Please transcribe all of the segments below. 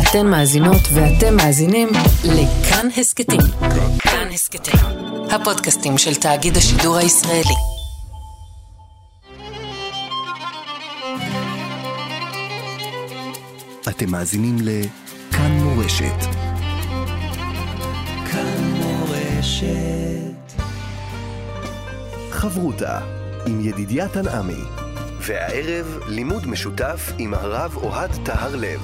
אתן מאזינות ואתם מאזינים לכאן הסקטים. כאן הסקטים, הפודקאסטים של תאגיד השידור הישראלי. אתם מאזינים לכאן מורשת. כאן מורשת. חברותה עם ידידיה תנעמי. והערב לימוד משותף עם הרב אוהד טהר לב.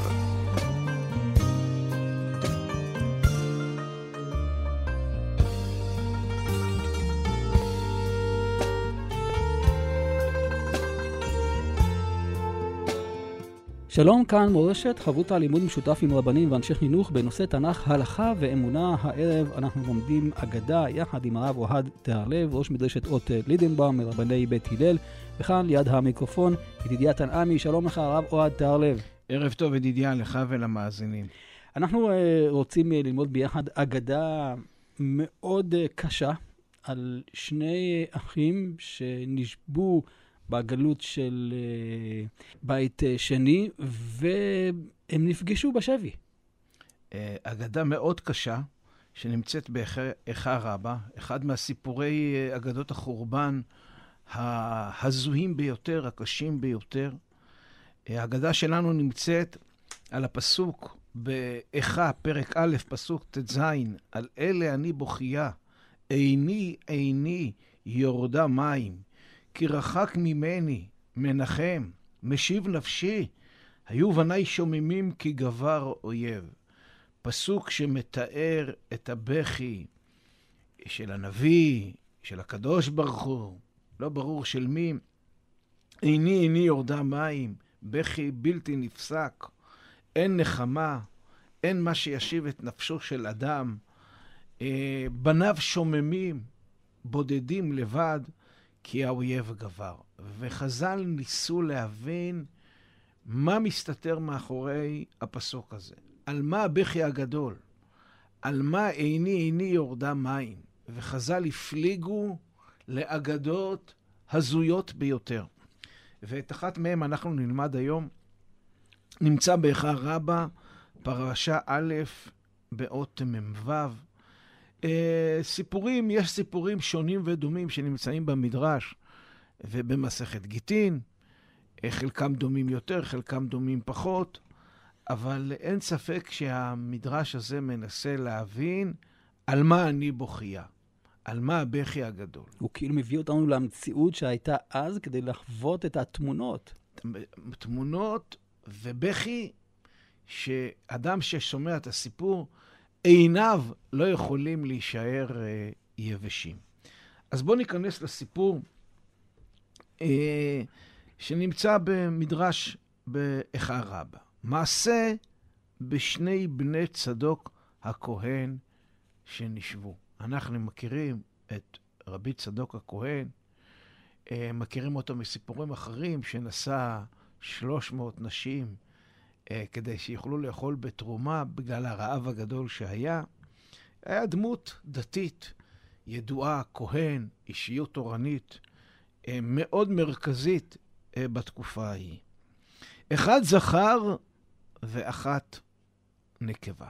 שלום, כאן מורשת, חברותה לימוד משותף עם רבנים ואנשי חינוך בנושא תנ"ך, הלכה ואמונה. הערב אנחנו לומדים אגדה יחד עם הרב אוהד טהר לב, ראש מדרשת אות לידנבאום מרבני בית הלל, וכאן ליד המיקרופון ידידיה תנעמי. שלום לך הרב אוהד טהר לב. ערב טוב ידידיה לך ולמאזינים. אנחנו רוצים ללמוד ביחד אגדה מאוד קשה על שני אחים שנשבו בגלות של בית שני, והם נפגשו בשבי. אגדה מאוד קשה, שנמצאת באיכה רבה, אחד מהסיפורי אגדות החורבן, ההזויים ביותר, הקשים ביותר. האגדה שלנו נמצאת על הפסוק באיכה, פרק א', פסוק תז, על אלה אני בוכייה, עיני יורדה מים, כי רחק ממני, מנחם, משיב נפשי, היו בניי שוממים כי גבר אויב. פסוק שמתאר את הבכי של הנביא, של הקדוש ברוך הוא, לא ברור של מי. עיני יורדה מים, בכי בלתי נפסק, אין נחמה, אין מה שישיב את נפשו של אדם. בניו שוממים, בודדים לבד, כי האויב גבר. וחז"ל ניסו להבין מה מסתתר מאחורי הפסוק הזה. על מה הבכי הגדול? על מה עיני יורדה מים? וחז"ל הפליגו לאגדות הזויות ביותר. ואת אחת מהם אנחנו נלמד היום. נמצא באיכה רבה, פרשה א', באות מ"ו. יש סיפורים שונים ודומים שנמצאים במדרש ובמסכת גיטין, חלקם דומים יותר, חלקם דומים פחות, אבל אין ספק שהמדרש הזה מנסה להבין על מה אני בוכייה, על מה הבכי הגדול. הוא כאילו מביא אותנו למציאות שהייתה אז כדי לחוות את התמונות. תמונות ובכי שאדם ששומע את הסיפור, עיניו לא יכולים להישאר יבשים. אז בואו ניכנס לסיפור שנמצא במדרש באיכה רבה. מעשה בשני בני צדוק הכהן שנשבו. אנחנו מכירים את רבי צדוק הכהן, מכירים אותו מסיפורים אחרים שנשא 300 נשים, כדי שיוכלו לאכול בתרומה בגלל הרעב הגדול שהיה. היה דמות דתית, ידועה, כהן, אישיות תורנית, מאוד מרכזית בתקופה ההיא. אחד זכר ואחת נקבה.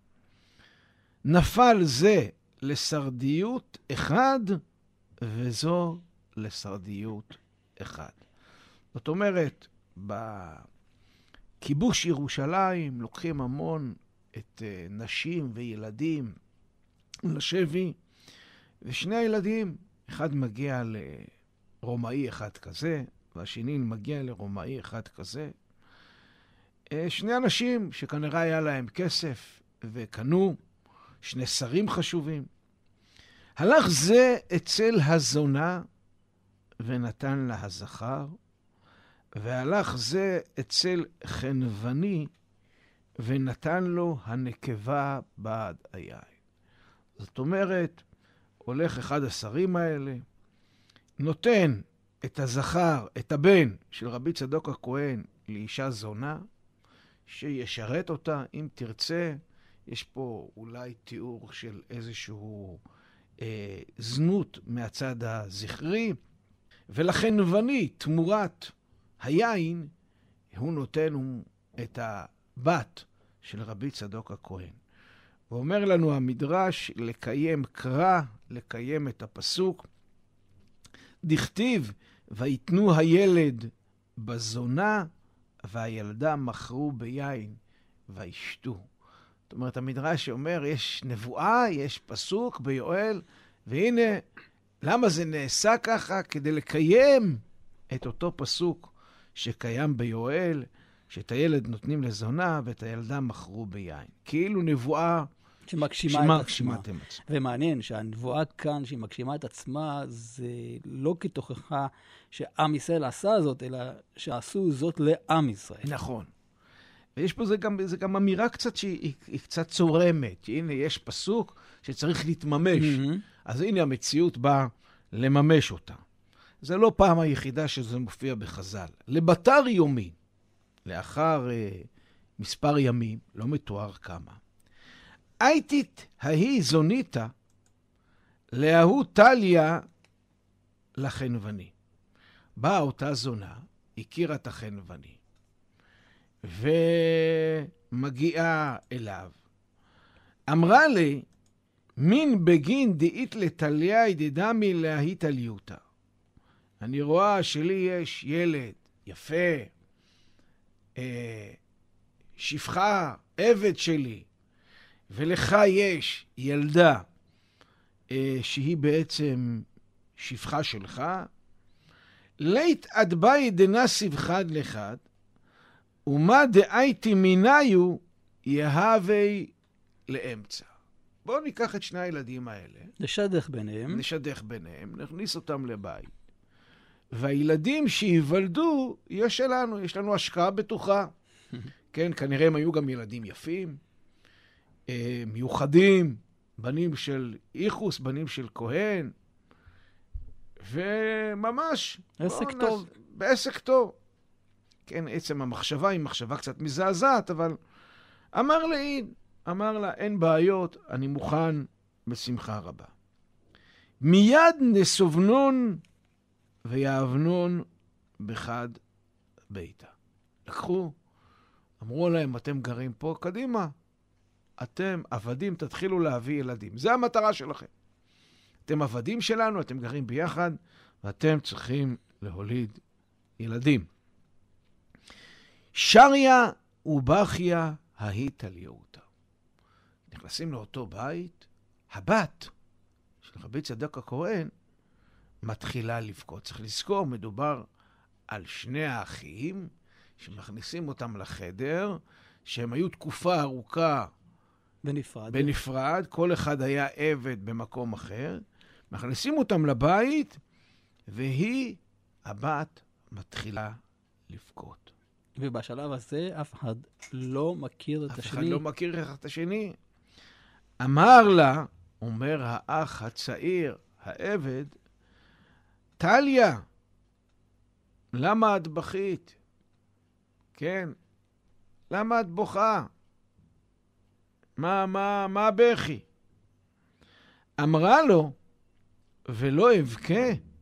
נפל זה לסרדיות אחד וזו לסרדיות אחד. זאת אומרת, כיבוש ירושלים, לוקחים המון את נשים וילדים לשבי, ושני הילדים, אחד מגיע לרומאי אחד כזה, והשני מגיע לרומאי אחד כזה. שני אנשים שכנראה היה להם כסף וקנו, שני שרים חשובים. הלך זה אצל הזונה ונתן לה הזכר, והלך זה אצל חנווני ונתן לו הנקבה בעד היין. זאת אומרת, הולך אחד השרים האלה, נותן את הזכר, את הבן של רבי צדוק הכהן לאישה זונה, שישרת אותה אם תרצה. יש פה אולי תיאור של איזשהו זנות מהצד הזכרי, ולחנווני תמורת היין הוא נותן את הבת של רבי צדוק הכהן. ואומר לנו המדרש לקיים קרא, לקיים את הפסוק. דכתיב, ויתנו הילד בזונה, והילדה מכרו ביין, וישתו. זאת אומרת, המדרש אומר, יש נבואה, יש פסוק ביואל, והנה, למה זה נעשה ככה? כדי לקיים את אותו פסוק שקיים ביואל, שאת הילד נותנים לזונה, ואת הילדה מכרו ביין. כאילו נבואה שמגשימה את עצמה. ומעניין שהנבואה כאן, שהיא מגשימה את עצמה, זה לא כתוכחה שעם ישראל עשה זאת, אלא שעשו זאת לעם ישראל. נכון. ויש פה זה גם אמירה קצת שהיא קצת צורמת. הנה, יש פסוק שצריך להתממש. אז הנה המציאות באה לממש אותה. זה לא פעם היחידה שזה מופיע בחז"ל. לבטר יומי, לאחר מספר ימים, לא מתואר כמה, הייתית ההיא זוניתה, להוא טליה לחנווני. באה אותה זונה, הכירה את החנווני, ומגיעה אליו. אמרה לי, מין בגין דאית לטליה דדמי להיא טליותה. אני רואה שלי יש ילד יפה, שפחה, עבד שלי, ולך יש ילדה שהיא בעצם שפחה שלך, לית עד בי דנסיב חד לחד, ומה דאייתי מיניו יהווי לאמצע. בואו ניקח את שני הילדים האלה. נשדך ביניהם, נכניס אותם לבית. והילדים שיוולדו, יש לנו השקעה בטוחה. כן, כנראה הם היו גם ילדים יפים, מיוחדים, בנים של איחוס, בנים של כהן, וממש... עסק טוב. בעסק טוב. כן, עצם המחשבה היא מחשבה קצת מזעזעת, אבל אמר לה, אין בעיות, אני מוכן בשמחה רבה. מיד נסובנון ויאבנון בחד ביתה. לקחו, אמרו להם, אתם גרים פה, קדימה. אתם עבדים, תתחילו להביא ילדים. זה המטרה שלכם. אתם עבדים שלנו, אתם גרים ביחד, ואתם צריכים להוליד ילדים. שריה ובחיה ההיא טליותה. נכנסים לאותו בית, הבת של רבי צדוק הכהן מתחילה לבכות. צריך לזכור, מדובר על שני האחים שמכניסים אותם לחדר, שהם היו תקופה ארוכה בנפרד, כל אחד היה עבד במקום אחר, מכניסים אותם לבית, והיא, הבת, מתחילה לבכות. ובשלב הזה אף אחד לא מכיר את השני. אף אחד לא מכיר את השני. אמר לה, אומר האח הצעיר, העבד, טליה, למה את בכית? כן, למה את בוכה? מה בכי? אמרה לו, ולא אבכה,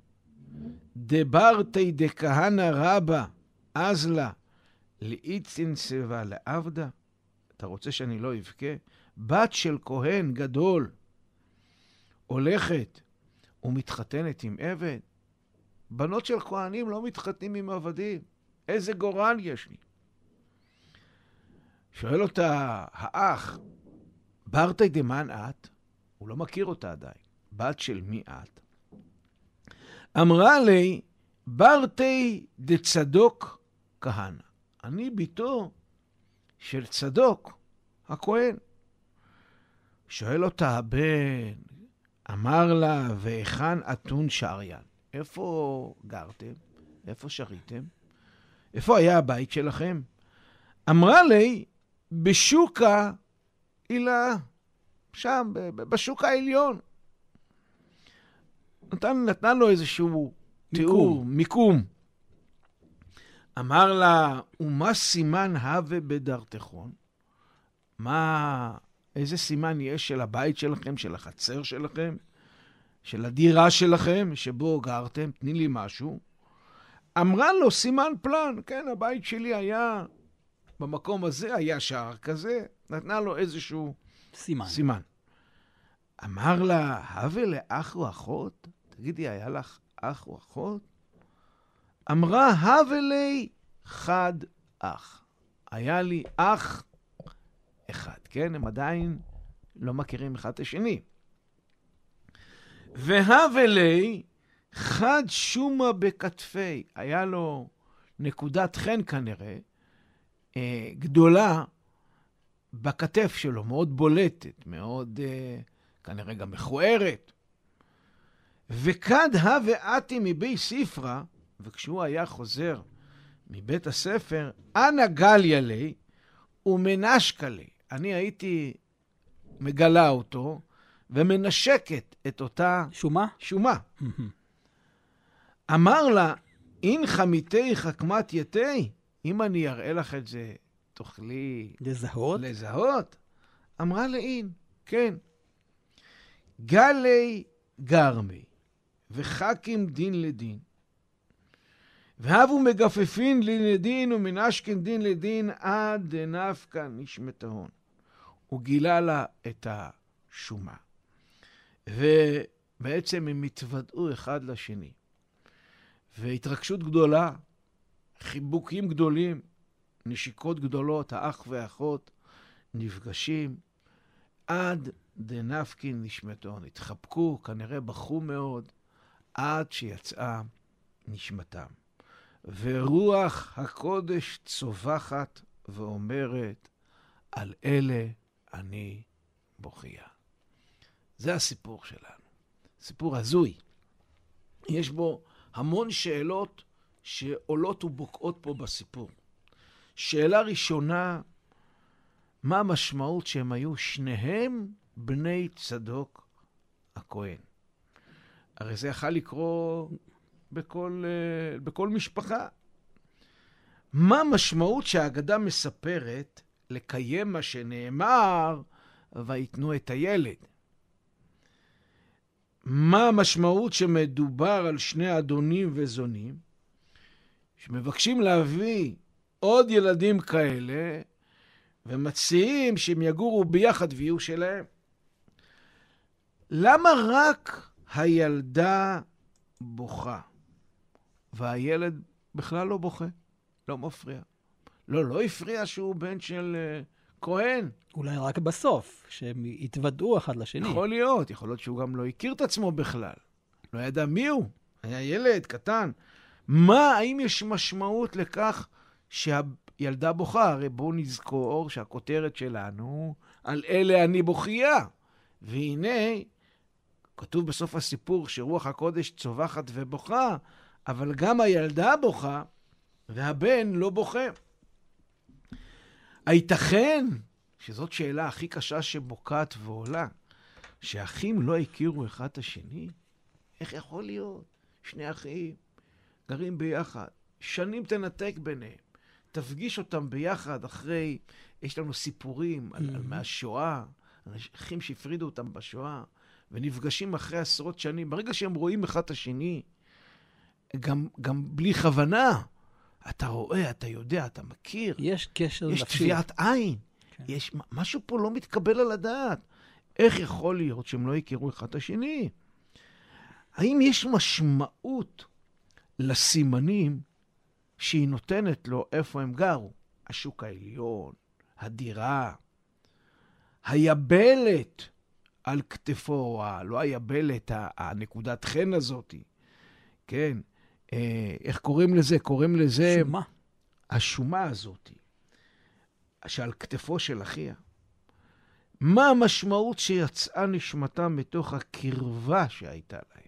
דברתי דכהנא רבא, אז לה, לאיצין סבה לעבדה. אתה רוצה שאני לא אבכה? בת של כהן גדול, הולכת ומתחתנת עם עבד. בנות של כהנים לא מתחתנים עם עבדים. איזה גורל יש לי? שואל אותה האח, ברתי דמן את? הוא לא מכיר אותה עדיין. בת של מי את? אמרה לי, ברתי דצדוק כהנא. אני ביתו של צדוק הכהן. שואל אותה הבן, אמר לה, והיכן אתון שריין? איפה גרתם? איפה שריתם? איפה היה הבית שלכם? אמרה לי, בשוקה אילה, שם, בשוק העליון. נתנה לו איזשהו תיאור, מיקום. אמר לה, ומה סימן הווה בדרתכון? איזה סימן יש של הבית שלכם, של החצר שלכם, של הדירה שלכם, שבו גרתם? תני לי משהו. אמרה לו, סימן פלן, כן, הבית שלי היה במקום הזה היה שער כזה, נתנה לו איזשהו סימן. אמר לה, הווה לאח או אחות? תגידי, היה לך אח או אחות? אמרה, הווה לי חד אח. היה לי אח אחד, כן? הם עדיין לא מכירים אחד את השני. והווה לי חד שומה בכתפי. היה לו נקודת חן כנראה, גדולה בכתף שלו, מאוד בולטת, מאוד כנראה גם מכוערת. וכד הווה אתי מבי ספרה, וכשהוא היה חוזר מבית הספר, אנא גליה לי ומנשקה לי. אני הייתי מגלה אותו ומנשקת את אותה שומה. אמר לה, אין חמיתי חכמת יתי, אם אני אראה לך את זה, תוכלי לזהות? אמרה לאין, כן. גלי גרמי, וחכים דין לדין. והבו מגפפין דין לדין, ומנשכן דין לדין, עד דנפקא נשמתהון. הוא גילה לה את השומה. ובעצם הם התוודעו אחד לשני. והתרגשות גדולה, חיבוקים גדולים, נשיקות גדולות, האח והאחות נפגשים, עד דנפקין נשמתון. התחבקו, כנראה בכו מאוד, עד שיצאה נשמתם. ורוח הקודש צובחת ואומרת, על אלה אני בוכייה. זה הסיפור שלנו. סיפור הזוי. יש בו המון שאלות שעולות ובוקעות פה בסיפור. שאלה ראשונה, מה המשמעות שהם היו שניהם בני צדוק הכהן? הרי זה יכול לקרוא בכל משפחה. מה המשמעות שהאגדה מספרת לקיים מה שנאמר ויתנו את הילד? מה המשמעות שמדובר על שני אדונים וזונים שמבקשים להביא עוד ילדים כאלה ומציעים שהם יגורו ביחד ויהיו שלהם? למה רק הילדה בוכה והילד בכלל לא בוכה? לא מפריע. לא הפריע שהוא בן של כהן. אולי רק בסוף, שהם התוודעו אחד לשני. יכול להיות שהוא גם לא הכיר את עצמו בכלל. לא ידע מי הוא. היה ילד קטן. האם יש משמעות לכך שהילדה בוכה? הרי בואו נזכור שהכותרת שלנו, על אלה אני בוכייה. והנה, כתוב בסוף הסיפור שרוח הקודש צובחת ובוכה, אבל גם הילדה בוכה, והבן לא בוכה. הייתכן, שזאת שאלה הכי קשה שבוקעת ועולה, שאחים לא הכירו אחד את השני? איך יכול להיות? שני אחים גרים ביחד, שנים תנתק ביניהם, תפגיש אותם ביחד אחרי, יש לנו סיפורים על מהשואה, אחים שהפרידו אותם בשואה, ונפגשים אחרי עשרות שנים, ברגע שהם רואים אחד את השני, גם בלי כוונה, אתה רואה, אתה יודע, אתה מכיר. יש קשר נפשי. יש טביעת עין. כן. משהו פה לא מתקבל על הדעת. איך יכול להיות שהם לא יכירו אחד את השני? האם יש משמעות לסימנים שהיא נותנת לו איפה הם גרו? השוק העליון, הדירה, היבלת על כתפו, לא היבלת, הנקודת חן הזאת. כן. איך קוראים לזה? קוראים לזה שומה. השומה הזאת, שעל כתפו של אחיה. מה המשמעות שיצאה נשמתה מתוך הקרבה שהייתה להם?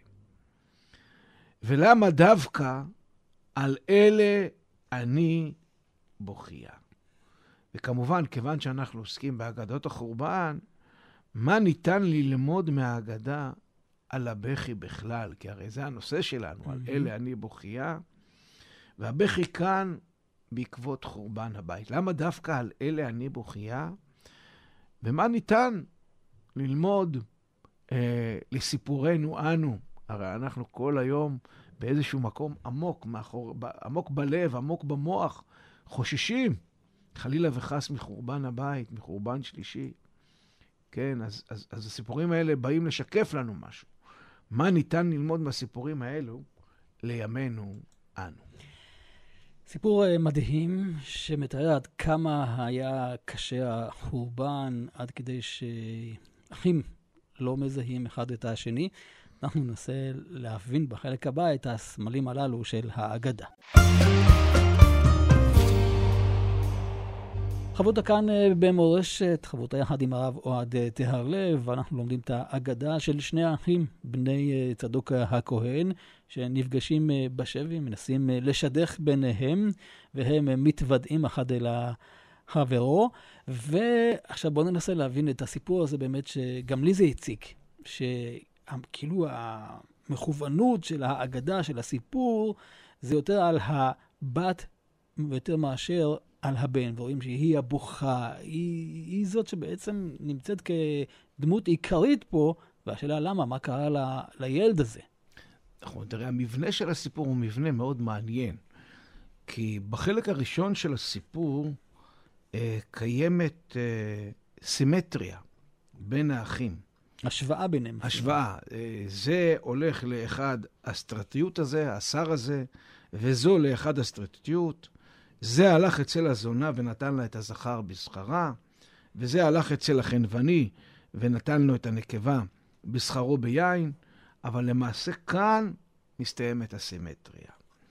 ולמה דווקא על אלה אני בוכייה? וכמובן, כיוון שאנחנו עוסקים באגדות החורבן, מה ניתן ללמוד מהאגדה על הבכי בכלל? כי הרי זה הנושא שלנו, על אלה אני בוכייה. והבכי כאן בעקבות חורבן הבית. למה דווקא על אלה אני בוכייה? ומה ניתן ללמוד לסיפורנו אנו? הרי אנחנו כל היום באיזשהו מקום עמוק בלב, עמוק במוח, חוששים. חלילה וחס מחורבן הבית, מחורבן שלישי. כן, אז הסיפורים האלה באים לשקף לנו משהו. מה ניתן ללמוד מהסיפורים האלו לימינו אנו? סיפור מדהים שמתאר עד כמה היה קשה החורבן, עד כדי שאחים לא מזהים אחד את השני. אנחנו ננסה להבין בחלק הבא את הסמלים הללו של האגדה. חברותה כאן במורשת, חברותה יחד עם הרב אוהד טהרלב, ואנחנו לומדים את האגדה של שני האחים, בני צדוק הכהן, שנפגשים בשבי, מנסים לשדך ביניהם, והם מתוודעים אחד אל החברו. ועכשיו בואו ננסה להבין את הסיפור הזה באמת, שגם לי זה הציק, שכאילו המכוונות של האגדה, של הסיפור, זה יותר על הבת ויותר מאשר על הבן, ורואים שהיא הבוכה, היא זאת שבעצם נמצאת כדמות עיקרית פה, והשאלה למה, מה קרה לילד הזה? נכון, תראה, המבנה של הסיפור הוא מבנה מאוד מעניין, כי בחלק הראשון של הסיפור קיימת סימטריה בין האחים. השוואה ביניהם. השוואה. זה הולך לאחד הסטרטיות הזה, השר הזה, וזו לאחד הסטרטיות. זה הלך אצל הזונה ונתן לה את הזכר בשכרה, וזה הלך אצל החנווני ונתן לו את הנקבה בשכרו ביין, אבל למעשה כאן מסתיימת הסימטריה.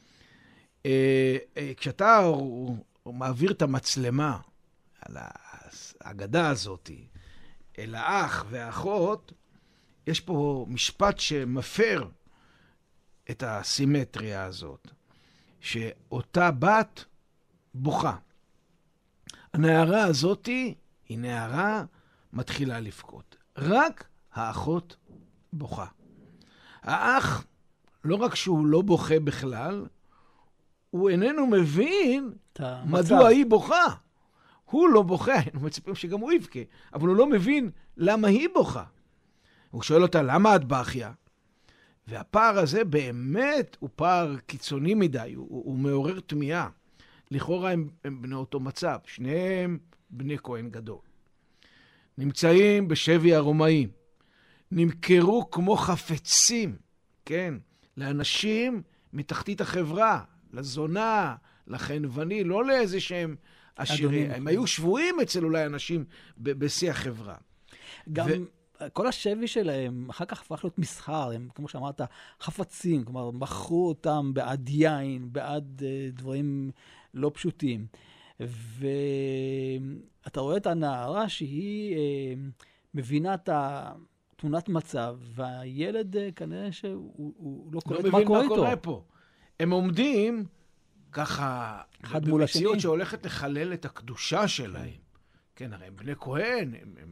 כשאתה מעביר את המצלמה על האגדה הזאת, אל האח והאחות, יש פה משפט שמפר את הסימטריה הזאת, שאותה בת בוכה. הנערה הזאת היא נערה מתחילה לבכות. רק האחות בוכה. האח, לא רק שהוא לא בוכה בכלל, הוא איננו מבין מדוע היא בוכה. הוא לא בוכה, אנחנו מצפים שגם הוא יבכה, אבל הוא לא מבין למה היא בוכה. הוא שואל אותה, למה את בכיה? והפער הזה באמת הוא פער קיצוני מדי, הוא מעורר תמיהה. לכאורה הם בני אותו מצב, שניהם בני כהן גדול. נמצאים בשבי הרומאים, נמכרו כמו חפצים, כן, לאנשים מתחתית החברה, לזונה, לחנווני, לא לאיזה שהם עשירים. הם היו שבויים אצל אולי אנשים בשיא החברה. גם כל השבי שלהם אחר כך הפך להיות מסחר, הם, כמו שאמרת, חפצים, כלומר, מכרו אותם בעד יין, בעד דברים לא פשוטים. ואתה רואה את הנערה שהיא מבינה את תמונת מצב, והילד כנראה שהוא לא קורא מה קורה איתו. קורה פה. הם עומדים ככה במציאות שהולכת לחלל את הקדושה שלהם. כן, הרי הם בני כהן,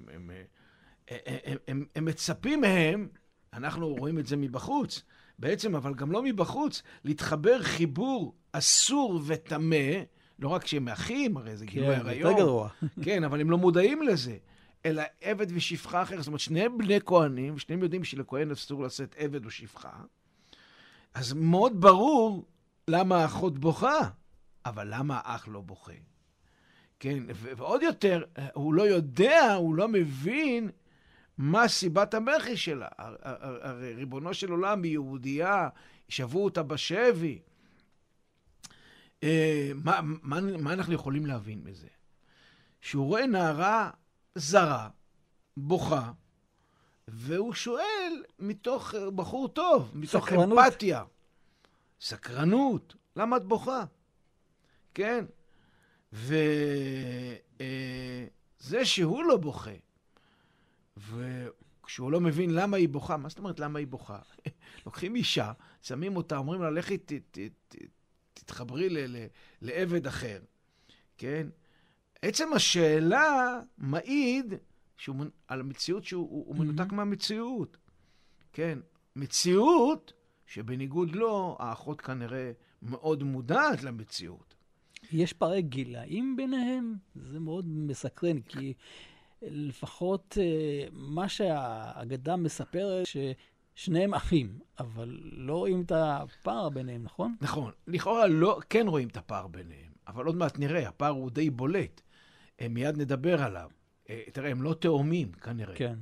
הם מצפים מהם, אנחנו רואים את זה מבחוץ, בעצם, אבל גם לא מבחוץ, להתחבר חיבור אסור וטמא, לא רק שהם אחים, הרי זה גילוי עריות. כן, אבל הם לא מודעים לזה, אלא עבד ושפחה אחר. זאת אומרת, שניהם בני כהנים, שניהם יודעים שלכהן אסור לשאת עבד או שפחה, אז מאוד ברור למה האחות בוכה, אבל למה האח לא בוכה? כן, ועוד יותר, הוא לא יודע, הוא לא מבין מה סיבת המחי שלה. הרי ריבונו של עולם, היא יהודייה, שבו אותה בשבי. מה אנחנו יכולים להבין מזה? שהוא רואה נערה זרה, בוכה, והוא שואל מתוך בחור טוב, מתוך אמפתיה. סקרנות. למה את בוכה? כן. וזה שהוא לא בוכה, וכשהוא לא מבין למה היא בוכה, מה זאת אומרת למה היא בוכה? לוקחים אישה, שמים אותה, אומרים לה, לכי תתחברי לעבד אחר. כן? עצם השאלה מעיד על המציאות שהוא מנותק מהמציאות. כן? מציאות שבניגוד לו, האחות כנראה מאוד מודעת למציאות. יש פערי גילאים ביניהם? זה מאוד מסקרן, כי לפחות מה שהאגדה מספרת, ששניהם אחים, אבל לא רואים את הפער ביניהם, נכון? נכון. לכאורה לא, כן רואים את הפער ביניהם, אבל עוד מעט נראה, הפער הוא די בולט. מיד נדבר עליו. תראה, הם לא תאומים כנראה. כן.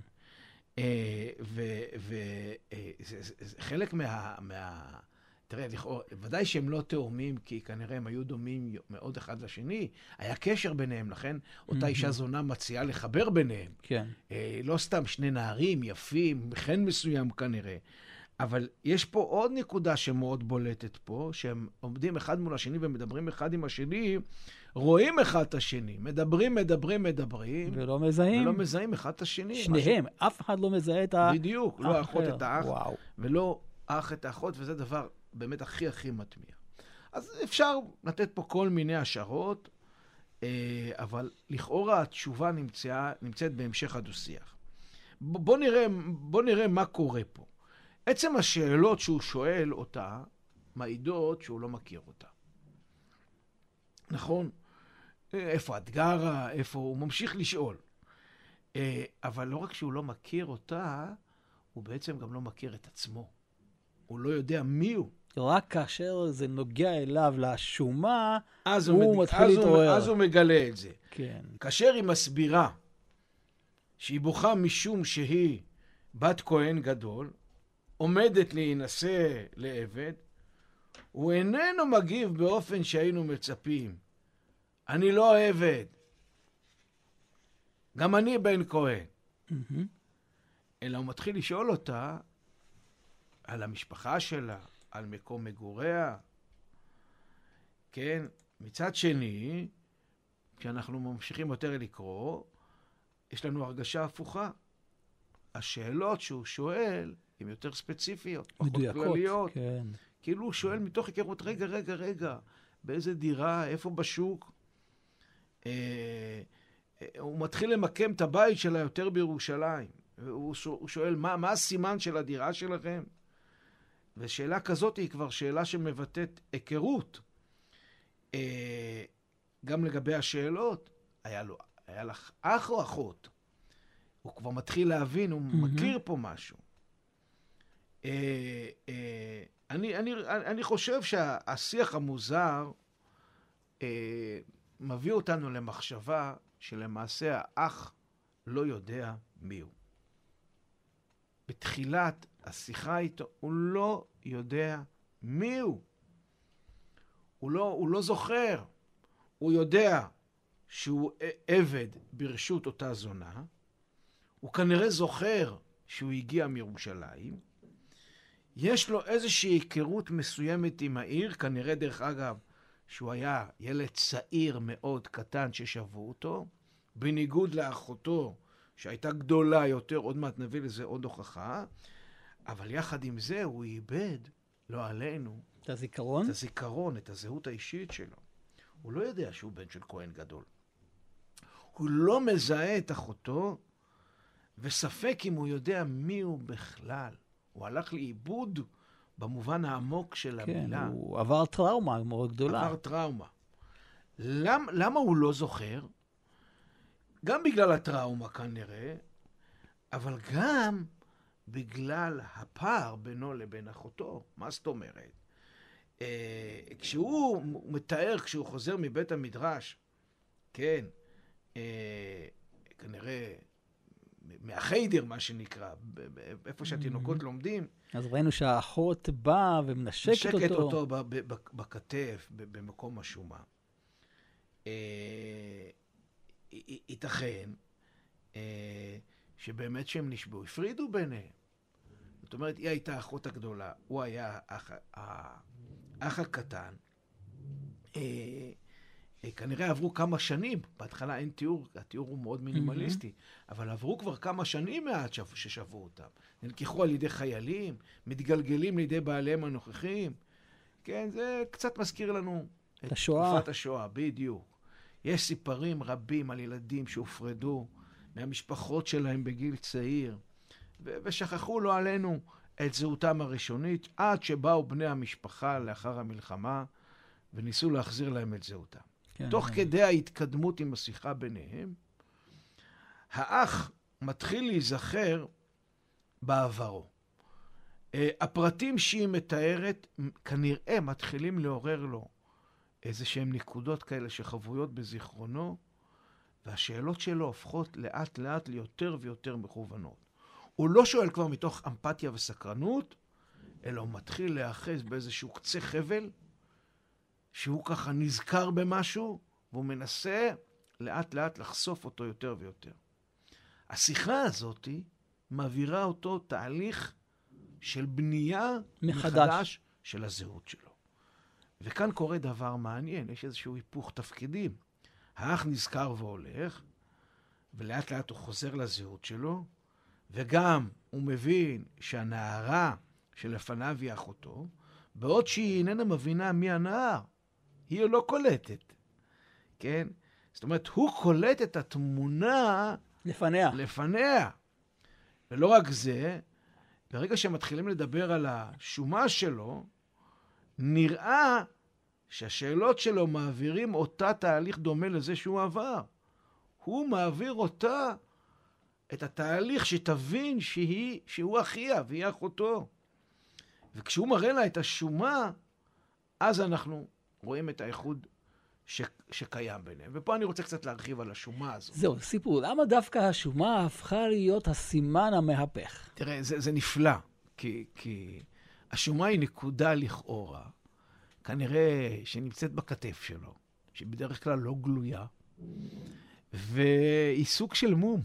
וחלק תראה, ודאי שהם לא תאומים, כי כנראה הם היו דומים מאוד אחד לשני. היה קשר ביניהם, לכן אותה אישה זונה מציעה לחבר ביניהם. כן. לא סתם שני נערים יפים, חן מסוים כנראה. אבל יש פה עוד נקודה שמאוד בולטת פה, שהם עומדים אחד מול השני ומדברים אחד עם השני, רואים אחד את השני, מדברים. ולא מזהים. ולא מזהים אחד את השני. שניהם, אף אחד לא מזהה את האח. בדיוק, לא האחות את האח, וואו. ולא האח את האחות, וזה דבר באמת הכי מטמיע. אז אפשר לתת פה כל מיני השערות, אבל לכאורה התשובה נמצאת בהמשך הדו-שיח. בוא נראה מה קורה פה. עצם השאלות שהוא שואל אותה, מעידות שהוא לא מכיר אותה. נכון? איפה את גרה? איפה? הוא ממשיך לשאול. אבל לא רק שהוא לא מכיר אותה, הוא בעצם גם לא מכיר את עצמו. הוא לא יודע מי הוא. רק כאשר זה נוגע אליו לשומה, הוא מתחיל להתעורר. אז הוא מגלה את זה. כן. כאשר היא מסבירה שהיא בוכה משום שהיא בת כהן גדול, עומדת להינשא לעבד, הוא איננו מגיב באופן שהיינו מצפים. אני לא עבד. גם אני בן כהן. אלא הוא מתחיל לשאול אותה על המשפחה שלה, על מקום מגוריה. כן, מצד שני, כשאנחנו ממשיכים יותר לקרוא, יש לנו הרגשה הפוכה. השאלות שהוא שואל הן יותר ספציפיות, פחות כלליות. כן. כאילו הוא שואל מתוך היכרות, רגע, באיזה דירה, איפה בשוק? הוא מתחיל למקם את הבית שלה יותר בירושלים. הוא שואל, מה הסימן של הדירה שלכם? ושאלה כזאת היא כבר שאלה שמבטאת היכרות. גם לגבי השאלות, היה לך אח או אחות? הוא כבר מתחיל להבין, הוא מכיר פה משהו. אני חושב שהשיח המוזר מביא אותנו למחשבה שלמעשה האח לא יודע מי הוא. בתחילת השיחה איתו הוא לא יודע מי הוא. הוא לא זוכר. הוא יודע שהוא עבד ברשות אותה זונה. הוא כנראה זוכר שהוא הגיע מירושלים. יש לו איזושהי היכרות מסוימת עם העיר, כנראה דרך אגב שהוא היה ילד צעיר מאוד קטן ששבו אותו, בניגוד לאחותו שהייתה גדולה יותר, עוד מעט נביא לזה עוד הוכחה, אבל יחד עם זה הוא איבד, לא עלינו, את הזיכרון? את הזיכרון, את הזהות האישית שלו. הוא לא יודע שהוא בן של כהן גדול. הוא לא מזהה את אחותו, וספק אם הוא יודע מי הוא בכלל. הוא הלך לאיבוד במובן העמוק של המילה. כן, הוא עבר טראומה מאוד גדולה. עבר טראומה. למה הוא לא זוכר? גם בגלל הטראומה כנראה, אבל גם בגלל הפער בינו לבין אחותו. מה זאת אומרת? כשהוא מתאר, כשהוא חוזר מבית המדרש, כן, כנראה מהחיידר, מה שנקרא, איפה שהתינוקות לומדים. אז ראינו שהאחות באה ומנשקת אותו בכתף, במקום השומה. ייתכן שבאמת שהם נשבעו, הפרידו ביניהם. זאת אומרת, היא הייתה האחות הגדולה, הוא היה האח הקטן. כנראה עברו כמה שנים, בהתחלה אין תיאור, התיאור הוא מאוד מינימליסטי, אבל עברו כבר כמה שנים מעט ששבו אותם. נלקחו על ידי חיילים, מתגלגלים לידי בעליהם הנוכחים. כן, זה קצת מזכיר לנו את תקופת השואה, בדיוק. יש סיפורים רבים על ילדים שהופרדו מהמשפחות שלהם בגיל צעיר, ושכחו לא עלינו את זהותם הראשונית, עד שבאו בני המשפחה לאחר המלחמה, וניסו להחזיר להם את זהותם. כן, תוך כדי ההתקדמות עם השיחה ביניהם, האח מתחיל להיזכר בעברו. הפרטים שהיא מתארת כנראה מתחילים לעורר לו איזה שהם נקודות כאלה שחבויות בזיכרונו, והשאלות שלו הופכות לאט לאט ליותר ויותר מכוונות. הוא לא שואל כבר מתוך אמפתיה וסקרנות, אלא הוא מתחיל להיאחז באיזשהו קצה חבל, שהוא ככה נזכר במשהו, והוא מנסה לאט לאט לחשוף אותו יותר ויותר. השיחה הזאת מעבירה אותו תהליך של בנייה מחדש של הזהות שלו. וכאן קורה דבר מעניין, יש איזשהו היפוך תפקידים. האח נזכר והולך, ולאט לאט הוא חוזר לזהות שלו, וגם הוא מבין שהנערה שלפניו היא אחותו, בעוד שהיא איננה מבינה מי הנער, היא לא קולטת. כן? זאת אומרת, הוא קולט את התמונה לפניה. ולא רק זה, ברגע שמתחילים לדבר על השומה שלו, נראה שהשאלות שלו מעבירים אותה תהליך דומה לזה שהוא עבר. הוא מעביר אותה, את התהליך שתבין שהוא אחיה והיא אחותו. וכשהוא מראה לה את השומה, אז אנחנו רואים את האיחוד שקיים ביניהם. ופה אני רוצה קצת להרחיב על השומה הזאת. זהו, סיפור. למה דווקא השומה הפכה להיות הסימן המהפך? תראה, זה נפלא, כי השומה היא נקודה לכאורה, כנראה שנמצאת בכתף שלו, שבדרך כלל לא גלויה, והיא סוג של מום.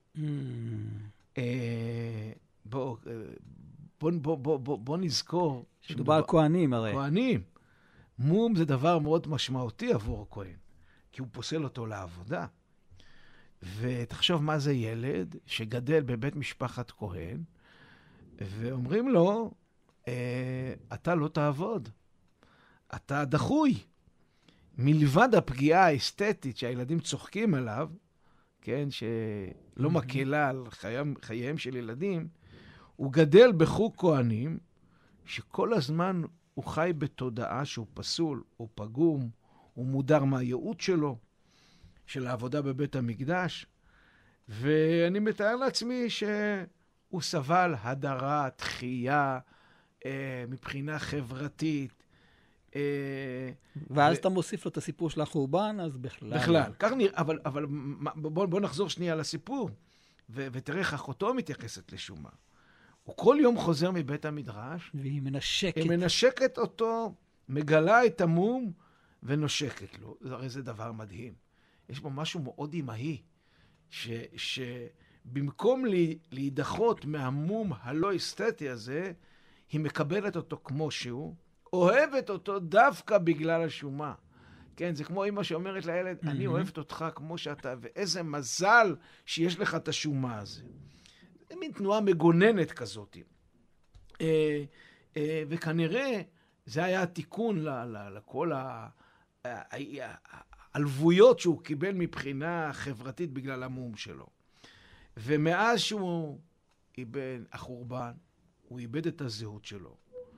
בוא נזכור. שדובר על כהנים הרי. כהנים. מום זה דבר מאוד משמעותי עבור הכהן, כי הוא פוסל אותו לעבודה. ותחשוב מה זה ילד שגדל בבית משפחת כהן, ואומרים לו, אתה לא תעבוד, אתה דחוי. מלבד הפגיעה האסתטית שהילדים צוחקים עליו, כן, שלא מקלה על חייהם של ילדים, הוא גדל בחוג כהנים, שכל הזמן הוא חי בתודעה שהוא פסול, הוא פגום, הוא מודר מהייעוד שלו, של העבודה בבית המקדש, ואני מתאר לעצמי שהוא סבל הדרה, דחייה, מבחינה חברתית. ואז אתה מוסיף לו את הסיפור של החורבן, אז בכלל. בכלל, כך נראה, אבל בוא נחזור שנייה לסיפור, ותראה איך אחותו מתייחסת לשומה. הוא כל יום חוזר מבית המדרש, והיא מנשקת. היא מנשקת אותו, מגלה את המום, ונושקת לו. הרי זה דבר מדהים. יש בו משהו מאוד אימהי, שבמקום להידחות מהמום הלא אסתטי הזה, היא מקבלת אותו כמו שהוא, אוהבת אותו דווקא בגלל השומה. כן, זה כמו אמא שאומרת לילד, אני אוהבת אותך כמו שאתה, ואיזה מזל שיש לך את השומה הזה. זה מין תנועה מגוננת כזאת. וכנראה זה היה התיקון לכל העלבויות שהוא קיבל מבחינה חברתית בגלל המום שלו. ומאז שהוא איבד החורבן, הוא איבד את הזהות שלו.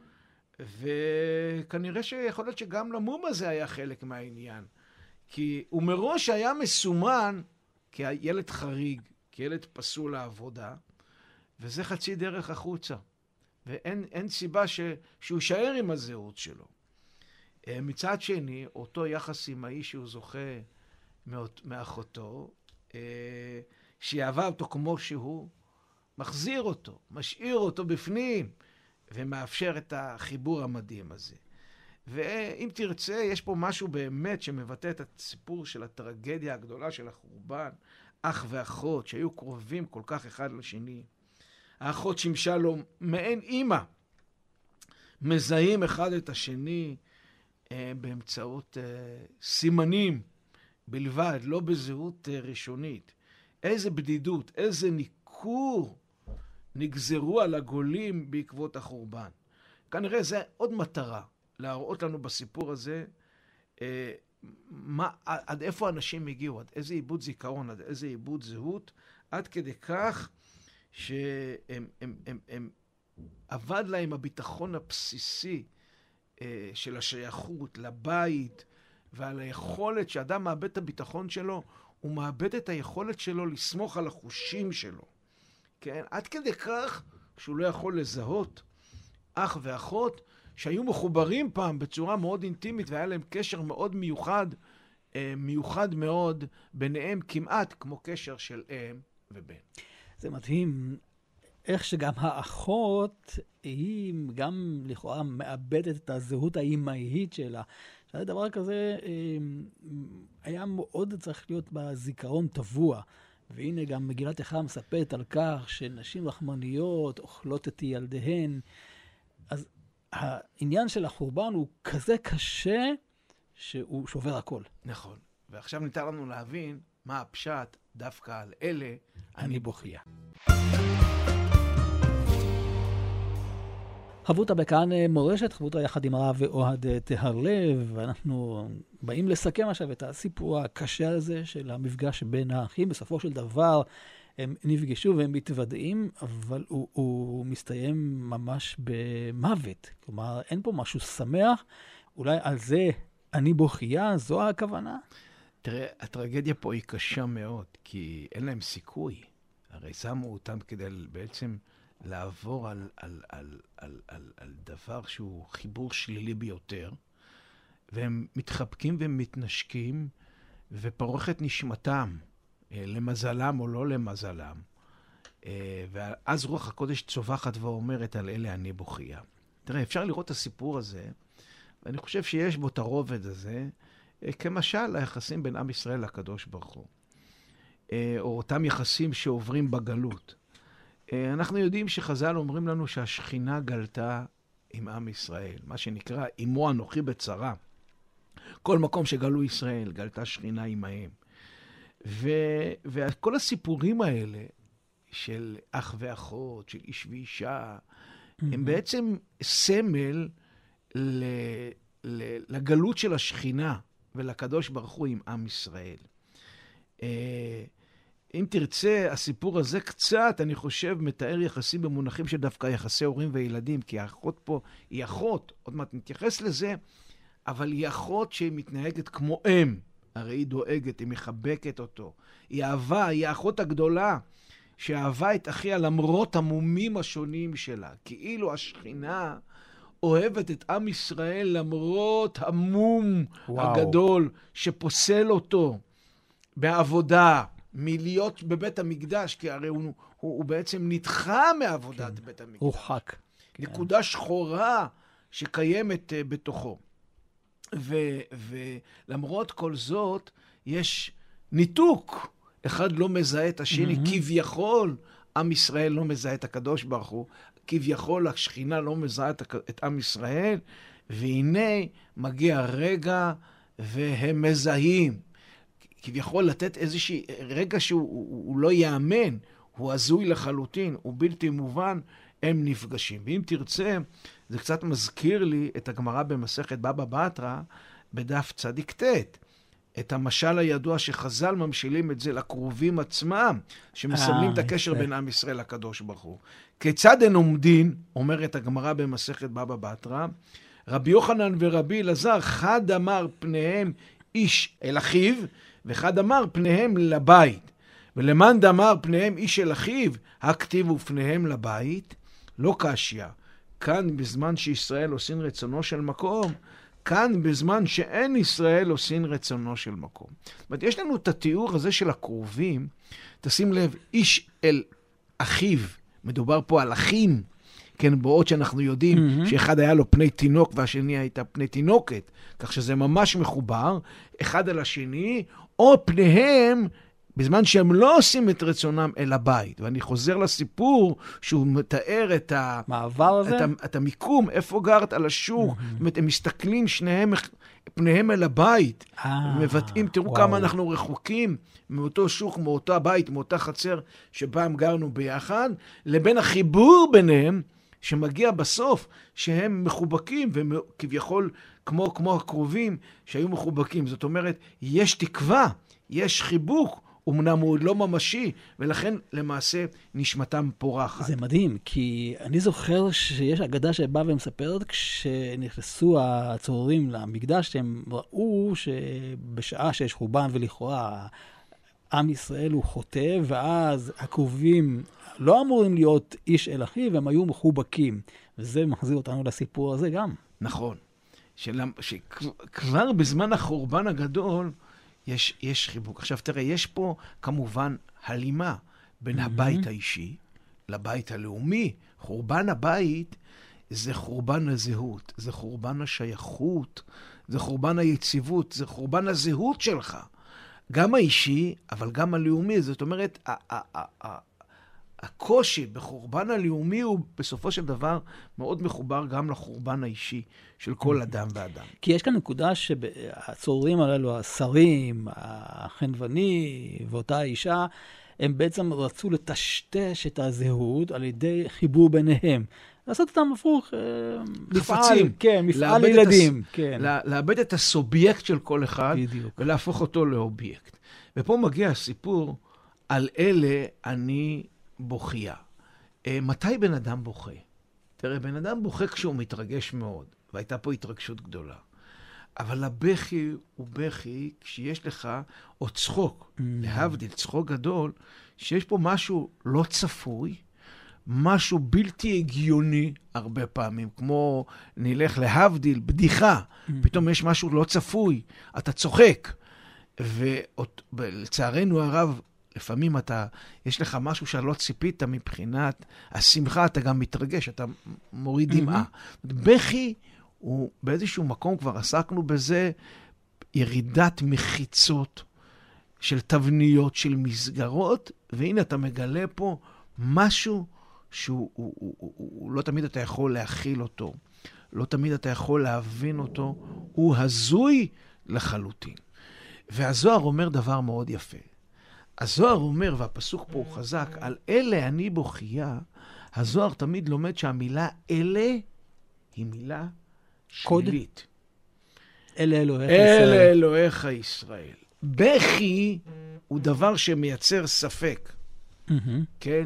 וכנראה שיכול להיות שגם למום הזה היה חלק מהעניין. כי הוא מראש היה מסומן כילד חריג, כילד פסול לעבודה, וזה חצי דרך החוצה. ואין סיבה שהוא יישאר עם הזהות שלו. מצד שני, אותו יחס אימהי שהוא זוכה מאחותו, שהיא אהבה אותו כמו שהוא, מחזיר אותו, משאיר אותו בפנים, ומאפשר את החיבור המדהים הזה. ואם תרצה, יש פה משהו באמת שמבטא את הסיפור של הטרגדיה הגדולה של החורבן, אח ואחות שהיו קרובים כל כך אחד לשני. האחות שימשה לו מעין אימא, מזהים אחד את השני באמצעות סימנים בלבד, לא בזהות ראשונית. איזה בדידות, איזה ניכור נגזרו על הגולים בעקבות החורבן. כנראה זה עוד מטרה, להראות לנו בסיפור הזה עד איפה אנשים הגיעו, עד איזה איבוד זיכרון, עד איזה איבוד זהות, עד כדי כך שהם עבד להם הביטחון הבסיסי של השייכות לבית, ועל היכולת שאדם מאבד את הביטחון שלו, הוא מאבד את היכולת שלו לסמוך על החושים שלו. כן? עד כדי כך שהוא לא יכול לזהות אח ואחות שהיו מחוברים פעם בצורה מאוד אינטימית, והיה להם קשר מאוד מיוחד מיוחד מאוד ביניהם, כמעט כמו קשר של אם ובן. זה מדהים איך שגם האחות היא גם לכאורה מאבדת את הזהות האימהית שלה. דבר כזה היה מאוד צריך להיות בזיכרון טבוע. והנה גם מגילת איכה מספרת על כך שנשים רחמניות אוכלות את ילדיהן. אז העניין של החורבן הוא כזה קשה שהוא שובר הכל. נכון. ועכשיו ניתן לנו להבין מה הפשט דווקא על אלה אני בוכייה. חברותא בכאן מורשת, חברותא יחד עם הרב אוהד טהרלב, ואנחנו באים לסכם עכשיו את הסיפור הקשה הזה של המפגש בין האחים. בסופו של דבר הם נפגשו והם מתוודעים, אבל הוא מסתיים ממש במוות. כלומר, אין פה משהו שמח, אולי על זה אני בוכייה, זו הכוונה? תראה, הטרגדיה פה היא קשה מאוד, כי אין להם סיכוי. הרי שמו אותם כדי בעצם לעבור על דבר שהוא חיבור שלילי ביותר, והם מתחבקים והם מתנשקים, ופורחת נשמתם, למזלם או לא למזלם. ואז רוח הקודש צובחת ואומרת על אלה אני בוכייה. תראה, אפשר לראות את הסיפור הזה, ואני חושב שיש בו את הרובד הזה, כמשל היחסים בין עם ישראל לקדוש ברוך הוא. או אותם יחסים שעוברים בגלות. אנחנו יודעים שחז"ל אומרים לנו שהשכינה גלתה עם עם ישראל, מה שנקרא עמו אנוכי בצרה. כל מקום שגלו ישראל, גלתה שכינה עמהם. וכל הסיפורים האלה של אח ואחות, של איש ואישה, הם בעצם סמל לגלות של השכינה ולקדוש ברוך הוא עם עם ישראל. אם תרצה, הסיפור הזה קצת, אני חושב, מתאר יחסים במונחים של דווקא יחסי הורים וילדים, כי האחות פה היא אחות, עוד מעט נתייחס לזה, אבל היא אחות שהיא מתנהגת כמו אם, הרי היא דואגת, היא מחבקת אותו. היא אהבה, היא האחות הגדולה, שאהבה את אחיה למרות המומים השונים שלה. כאילו השכינה אוהבת את עם ישראל למרות המום הגדול שפוסל אותו בעבודה, מלהיות בבית המקדש, כי הרי הוא בעצם נדחה מעבודת בית המקדש. הוא חק. נקודה שחורה שקיימת בתוכו. ולמרות כל זאת, יש ניתוק. אחד לא מזהה את השני, כביכול עם ישראל לא מזהה את הקדוש ברוך הוא, כביכול השכינה לא מזהה את עם ישראל, והנה מגיע רגע והם מזהים. כביכול לתת איזושהי רגע שהוא לא יאמן, הוא הזוי לחלוטין, הוא בלתי מובן, הם נפגשים. ואם תרצה, זה קצת מזכיר לי את הגמרא במסכת בבא בתרא, בדף צדיק ט', את המשל הידוע שחז"ל ממשילים את זה לקרובים עצמם, שמסמלים את הקשר בין עם ישראל לקדוש ברוך הוא. כיצד הן עומדין, אומרת הגמרא במסכת בבא בתרא, רבי יוחנן ורבי אלעזר, חד אמר פניהם איש אל אחיו, וחד אמר פניהם לבית. ולמאן דאמר פניהם איש אל אחיו, הכתיבו פניהם לבית, לא קשיא. כאן בזמן שישראל עושים רצונו של מקום, כאן בזמן שאין ישראל עושים רצונו של מקום. זאת אומרת, יש לנו את התיאור הזה של הקרובים, תשים לב, איש אל אחיו, מדובר פה על אחים, כן, בעוד שאנחנו יודעים שאחד היה לו פני תינוק והשני הייתה פני תינוקת, כך שזה ממש מחובר, אחד על השני, או פניהם, בזמן שהם לא עושים את רצונם אל הבית. ואני חוזר לסיפור שהוא מתאר את המעבר הזה? את המיקום, איפה גרת על השוק. זאת אומרת, הם מסתכלים שניהם פניהם אל הבית. מבטאים, תראו כמה אנחנו רחוקים מאותו שוק, מאותו הבית, מאותה חצר שבה הם גרנו ביחד, לבין החיבור ביניהם, שמגיע בסוף, שהם מחובקים, וכביכול כמו הקרובים שהיו מחובקים. זאת אומרת, יש תקווה, יש חיבוק, אמנם הוא לא ממשי, ולכן למעשה נשמתם פורחת. זה מדהים, כי אני זוכר שיש אגדה שבאה ומספרת, כשנכנסו הצוררים למקדש, הם ראו שבשעה שיש חורבן ולכאורה, עם ישראל הוא חוטא, ואז הקרובים לא אמורים להיות איש אל אחיו, הם היו מחובקים. וזה מחזיר אותנו לסיפור הזה גם. נכון. שכבר בזמן החורבן הגדול, יש חיבוק. עכשיו תראה, יש פה כמובן הלימה בין הבית האישי לבית הלאומי. חורבן הבית זה חורבן הזהות, זה חורבן השייכות, זה חורבן היציבות, זה חורבן הזהות שלך. גם האישי, אבל גם הלאומי. זאת אומרת, הקושי בחורבן הלאומי הוא בסופו של דבר מאוד מחובר גם לחורבן האישי של כל אדם ואדם. כי יש כאן נקודה שהצוררים הללו, השרים, החנווני ואותה האישה, הם בעצם רצו לטשטש את הזהות על ידי חיבור ביניהם. לעשות אותם הפוך, חפצים. כן, מפעל לילדים. לאבד את הסובייקט של כל אחד, בדיוק. ולהפוך אותו לאובייקט. ופה מגיע הסיפור על אלה אני בוכייה. מתי בן אדם בוכה? תראה, בן אדם בוכה כשהוא מתרגש מאוד, והייתה פה התרגשות גדולה. אבל הבכי הוא בכי כשיש לך, או צחוק, להבדיל, צחוק גדול, שיש פה משהו לא צפוי, משהו בלתי הגיוני הרבה פעמים, כמו נלך להבדיל, בדיחה, פתאום יש משהו לא צפוי, אתה צוחק, ולצערנו הרב, לפעמים יש לך משהו שלא ציפית מבחינת השמחה, אתה גם מתרגש, אתה מוריד דמעה. בכי הוא באיזשהו מקום, כבר עסקנו בזה, ירידת מחיצות של תבניות, של מסגרות, והנה אתה מגלה פה משהו שהוא לא תמיד אתה יכול להכיל אותו, לא תמיד אתה יכול להבין אותו, הוא הזוי לחלוטין. והזוהר אומר דבר מאוד יפה. הזוהר אומר, והפסוק פה הוא חזק, על אלה אני בוכייה, הזוהר תמיד לומד שהמילה אלה היא מילה שלילית. אלה אלוהיך ישראל. אלה אלוהיך ישראל. בכי הוא דבר שמייצר ספק. כן?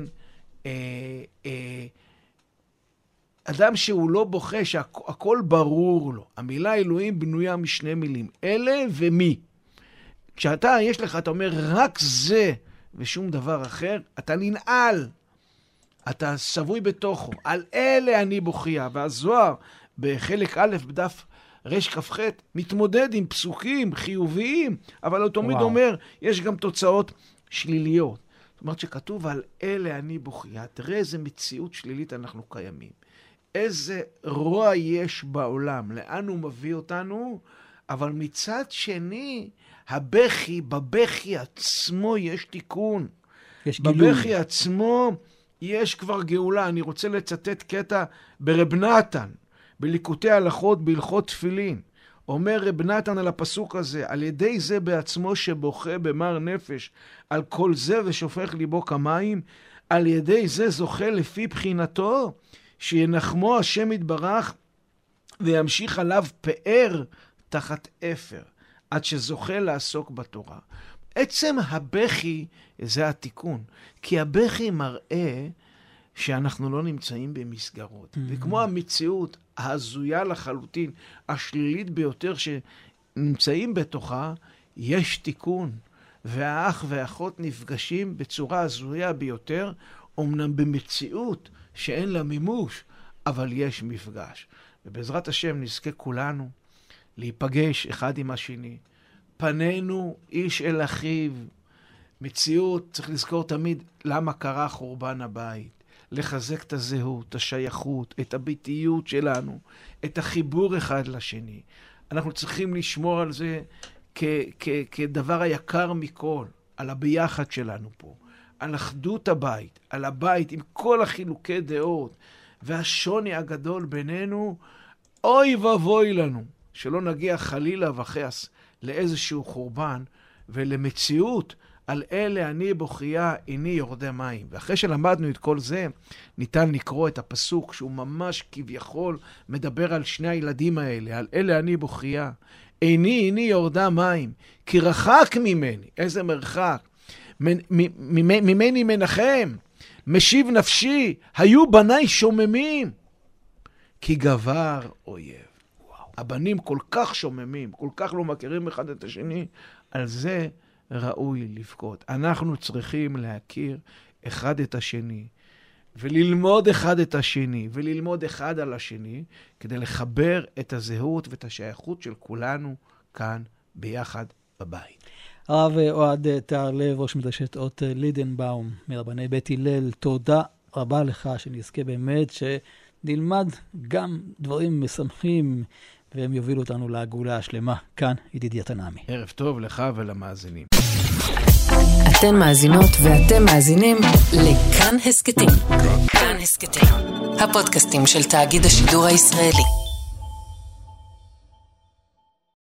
אדם שהוא לא בוכה, שהכל ברור לו. המילה אלוהים בנויה משני מילים. אלה ומי. כשאתה, יש לך, אתה אומר, רק זה ושום דבר אחר, אתה ננעל. אתה שבוי בתוכו. על אלה אני בוכייה. והזוהר, בחלק א' בדף רשכ"ח, מתמודד עם פסוקים חיוביים, אבל הוא תמיד אומר, יש גם תוצאות שליליות. זאת אומרת שכתוב על אלה אני בוכייה. תראה איזה מציאות שלילית אנחנו קיימים. איזה רוע יש בעולם. לאן הוא מביא אותנו? אבל מצד שני, בבכי עצמו יש תיקון. יש גילוי. בבכי עצמו יש כבר גאולה. אני רוצה לצטט קטע ברב נתן, בליקוטי הלכות, בהלכות תפילין. אומר רב נתן על הפסוק הזה, על ידי זה בעצמו שבוכה במר נפש, על כל זה ושופך ליבו כמים, על ידי זה זוכה לפי בחינתו, שינחמו השם יתברך, וימשיך עליו פאר תחת אפר, עד שזוכה לעסוק בתורה. עצם הבכי זה התיקון, כי הבכי מראה שאנחנו לא נמצאים במסגרות. וכמו המציאות ההזויה לחלוטין, השלילית ביותר שנמצאים בתוכה, יש תיקון. והאח והאחות נפגשים בצורה הזויה ביותר, אומנם במציאות שאין לה מימוש, אבל יש מפגש. ובעזרת השם נזכה כולנו להיפגש אחד עם השני. פנינו איש אל אחיו. מציאות, צריך לזכור תמיד למה קרה חורבן הבית. לחזק את הזהות, את השייכות, את הביתיות שלנו, את החיבור אחד לשני. אנחנו צריכים לשמור על זה כדבר היקר מכל, על הביחד שלנו פה, על אחדות הבית, על הבית עם כל החילוקי דעות, והשוני הגדול בינינו, אוי ובוי לנו, שלא נגיע חלילה וחס לאיזשהו חורבן ולמציאות, על אלה אני בוכייה, איני יורדי מים. ואחרי שלמדנו את כל זה, ניתן לקרוא את הפסוק שהוא ממש כביכול מדבר על שני הילדים האלה, על אלה אני בוכייה, איני יורדה מים, כי רחק ממני, איזה מרחק, ממני מנחם, משיב נפשי, היו בניי שוממים, כי גבר אויב. הבנים כל כך שוממים, כל כך לא מכירים אחד את השני, על זה ראוי לבכות. אנחנו צריכים להכיר אחד את השני, וללמוד אחד את השני, וללמוד אחד על השני, כדי לחבר את הזהות ואת השייכות של כולנו כאן ביחד בבית. הרב אוהד תהרלב, ראש מדרשת אות לידנבאום, מרבני בית הלל, תודה רבה לך, שנזכה באמת שנלמד גם דברים משמחים, והם יובילו אותנו לגאולה השלמה. כאן ידידיה תנעמי. ערב טוב לך ולמאזינים. אתן מאזינות ואתם מאזינים לכאן הסקטים. כאן הסקטים, הפודקאסטים של תאגיד השידור הישראלי.